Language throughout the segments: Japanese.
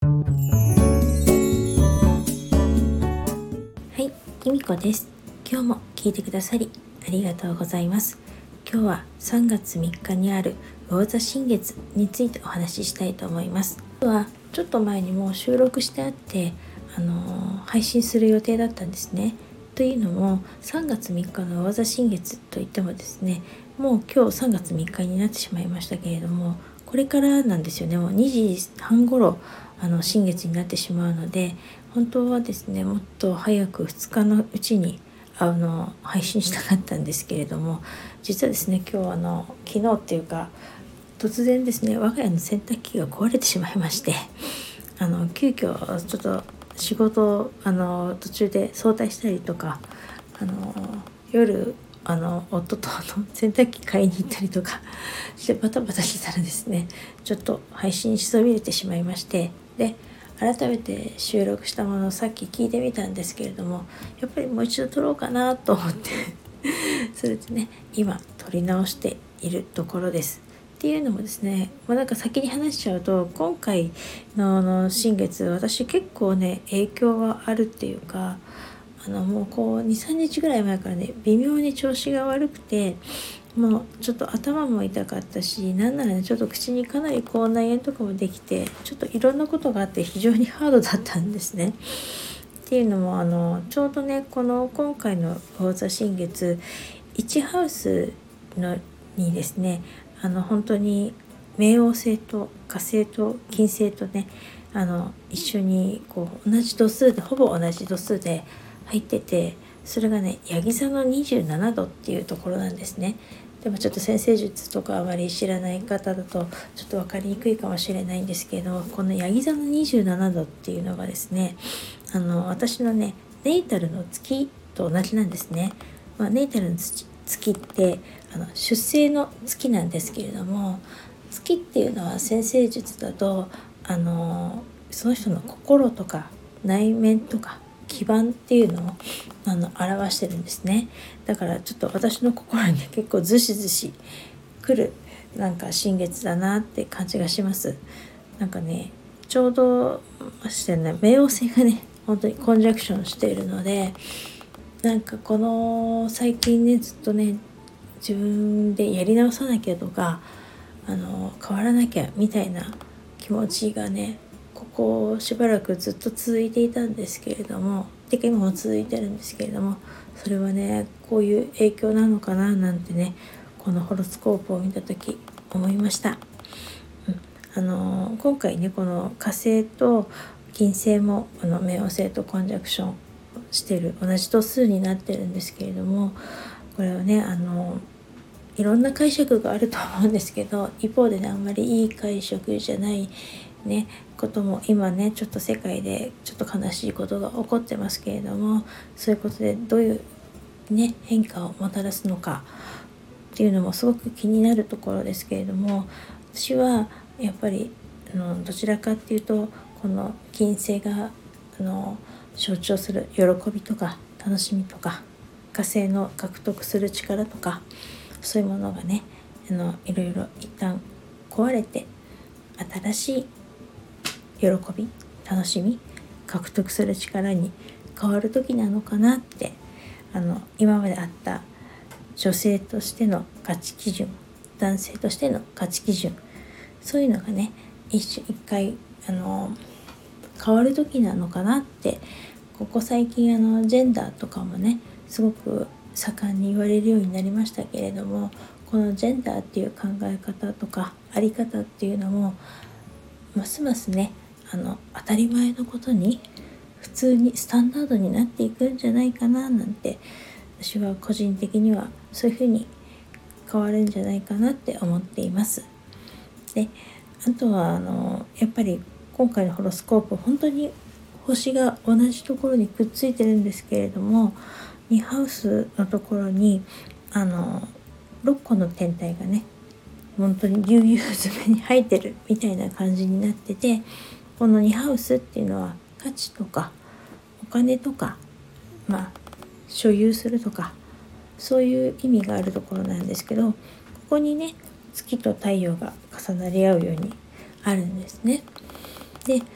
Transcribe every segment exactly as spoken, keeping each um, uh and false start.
はい、きみこです。今日も聞いてくださりありがとうございます。今日はさんがつみっかにある魚座新月についてお話ししたいと思います。今日はちょっと前にもう収録してあって、あのー、配信する予定だったんですね。というのもさんがつみっかの魚座新月といってもですね、もう今日さんがつみっかになってしまいましたけれども、これからなんですよね。もうにじはん頃あの新月になってしまうので、本当はですねもっと早くふつかのうちにあの配信したかったんですけれども、実はですね今日あの昨日っていうか突然ですね我が家の洗濯機が壊れてしまいまして、あの急遽ちょっと仕事をあの途中で早退したりとか、あの夜あの夫とあの洗濯機買いに行ったりとかしてバタバタしてたらですね、ちょっと配信しそびれてしまいまして、で改めて収録したものをさっき聞いてみたんですけれども、やっぱりもう一度撮ろうかなと思ってそれでね今撮り直しているところです。っていうのもですね、まあ、なんか先に話しちゃうと、今回のあの新月、私結構ね影響があるっていうか、あのもうこうにさんにちぐらい前からね微妙に調子が悪くて、もうちょっと頭も痛かったし、なんならねちょっと口にかなり口内炎とかもできて、ちょっといろんなことがあって非常にハードだったんですね。っていうのもあのちょうどねこの今回の魚座新月いちハウスのにですね、あの本当に冥王星と火星と金星とねあの一緒にこう同じ度数でほぼ同じ度数で入ってて、それがねヤギ座のにじゅうななどっていうところなんですね。でもちょっと占星術とかあまり知らない方だとちょっと分かりにくいかもしれないんですけど、このヤギ座のにじゅうななどっていうのがですね、あの私のねネイタルの月と同じなんですね。まあ、ネイタルの月ってあの出生の月なんですけれども、月っていうのは占星術だとあのその人の心とか内面とか基盤っていうのをあの表してるんですね。だからちょっと私の心に、ね、結構ずしずしくるなんか新月だなって感じがします。なんかねちょうどましてね冥王星がね本当にコンジャクションしているので、なんかこの最近ねずっとね自分でやり直さなきゃとか、あの変わらなきゃみたいな気持ちがねここしばらくずっと続いていたんですけれども、てか今も続いてるんですけれども、それはねこういう影響なのかななんてねこのホロスコープを見た時思いました。うん、あの今回ねこの火星と金星もあの冥王星とコンジャクションしてる同じ度数になってるんですけれども、これはねあのいろんな解釈があると思うんですけど、一方でねあんまりいい解釈じゃないねことも今ねちょっと世界でちょっと悲しいことが起こってますけれども、そういうことでどういうね変化をもたらすのかっていうのもすごく気になるところですけれども、私はやっぱりあのどちらかっていうとこの金星があの象徴する喜びとか楽しみとか火星の獲得する力とか、そういうものがねあのいろいろ一旦壊れて新しい喜び楽しみ獲得する力に変わる時なのかなって、あの今まであった女性としての価値基準、男性としての価値基準、そういうのがね一瞬一回あの変わる時なのかなって、ここ最近あのジェンダーとかもねすごく盛んに言われるようになりましたけれども、このジェンダーっていう考え方とかあり方っていうのもますますねあの当たり前のことに普通にスタンダードになっていくんじゃないかななんて、私は個人的にはそういうふうに変わるんじゃないかなって思っています。であとはあのやっぱり今回のホロスコープ本当に星が同じところにくっついてるんですけれども、にハウスのところにあのろっこの天体がね本当にぎゅうぎゅう詰めに入ってるみたいな感じになってて、このにハウスっていうのは価値とかお金とか、まあ所有するとかそういう意味があるところなんですけど、ここにね月と太陽が重なり合うようにあるんですね。で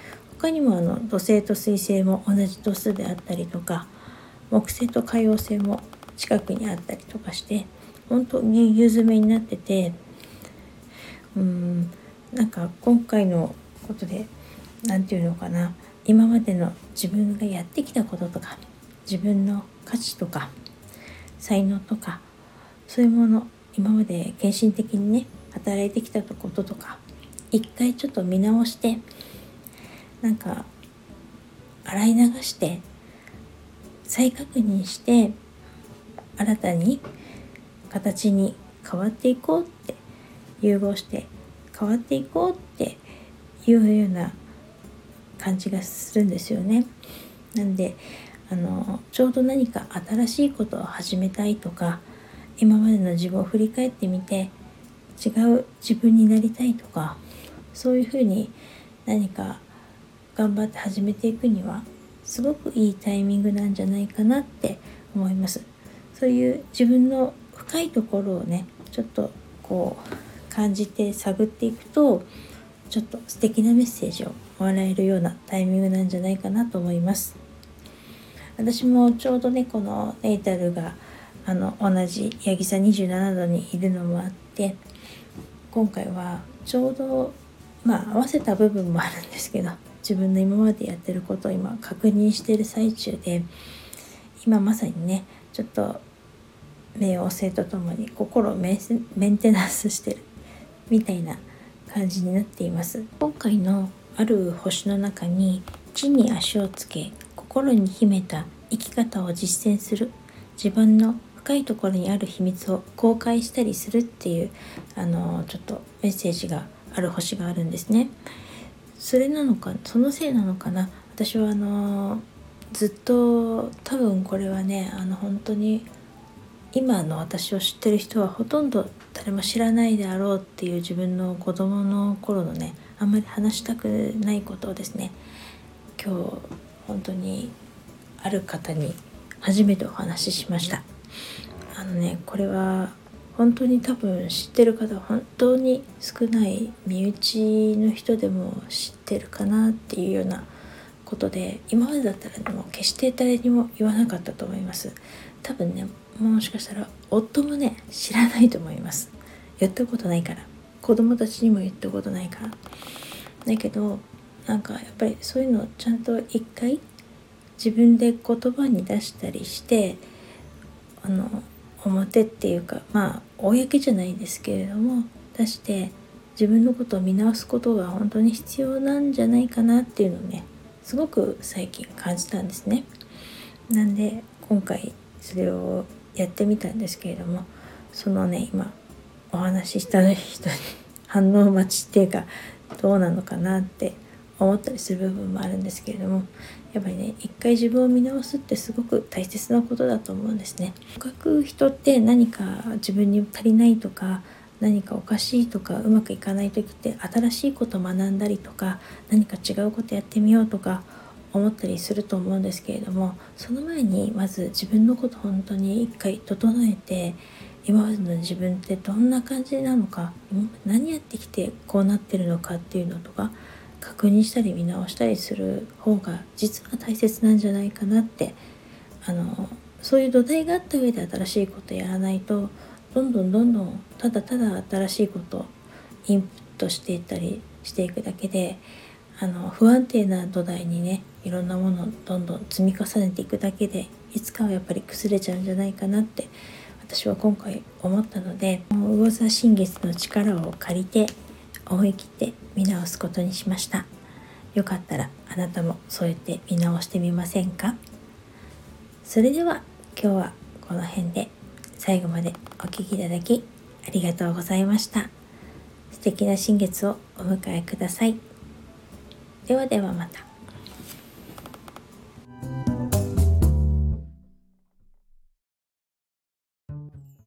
他にもあの土星と水星も同じ度数であったりとか、木星と海王星も近くにあったりとかして、本当にぎゅうぎゅう詰めになってて、うーんなんか今回のことでなんていうのかな、今までの自分がやってきたこととか、自分の価値とか才能とか、そういうもの、今まで献身的にね働いてきたこととか、一回ちょっと見直して、なんか洗い流して再確認して、新たに形に変わっていこうって、融合して変わっていこうっていうような感じがするんですよね。なんであのちょうど何か新しいことを始めたいとか、今までの自分を振り返ってみて違う自分になりたいとか、そういうふうに何か頑張って始めていくにはすごくいいタイミングなんじゃないかなって思います。そういう自分の深いところをねちょっとこう感じて探っていくと、ちょっと素敵なメッセージをもらえるようなタイミングなんじゃないかなと思います。私もちょうどねこのネイタルがあの同じヤギ座にじゅうななどにいるのもあって、今回はちょうどまあ合わせた部分もあるんですけど、自分の今までやってることを今確認している最中で、今まさにねちょっと冥王星とともに心をメンテナンスしてるみたいな感じになっています。今回のある星の中に、地に足をつけ心に秘めた生き方を実践する、自分の深いところにある秘密を公開したりするっていうあのちょっとメッセージがある星があるんですね。それなのか、そのせいなのかな。私はあのずっと多分これはねあの本当に今の私を知ってる人はほとんど誰も知らないであろうっていう、自分の子供の頃のねあんまり話したくないことをですね、今日本当にある方に初めてお話ししました。あのねこれは本当に多分知ってる方は本当に少ない、身内の人でも知ってるかなっていうようなことで、今までだったらでも決して誰にも言わなかったと思います。多分ねもしかしたら夫もね知らないと思います。言ったことないから、子供たちにも言ったことないから。だけどなんかやっぱりそういうのをちゃんと一回自分で言葉に出したりして、あの表っていうかまあ公じゃないですけれども出して自分のことを見直すことが本当に必要なんじゃないかなっていうのをねすごく最近感じたんですね。なんで今回それをやってみたんですけれども、そのね今お話しした人に反応待ちっていうかどうなのかなって思ったりする部分もあるんですけれども、やっぱりね一回自分を見直すってすごく大切なことだと思うんですね。とかく人って何か自分に足りないとか何かおかしいとかうまくいかない時って新しいことを学んだりとか何か違うことやってみようとか思ったりすると思うんですけれども、その前にまず自分のこと本当に一回整えて、今までの自分ってどんな感じなのか、何やってきてこうなってるのかっていうのとか確認したり見直したりする方が実は大切なんじゃないかなって、あのそういう土台があった上で新しいことやらないと、どんどんどんどんただただ新しいことをインプットしていったりしていくだけで、あの不安定な土台にねいろんなものをどんどん積み重ねていくだけで、いつかはやっぱり崩れちゃうんじゃないかなって私は今回思ったので、魚座新月の力を借りて思い切って見直すことにしました。よかったらあなたもそうやって見直してみませんか？それでは今日はこの辺で、最後までお聞きいただきありがとうございました。素敵な新月をお迎えください。ではではまた。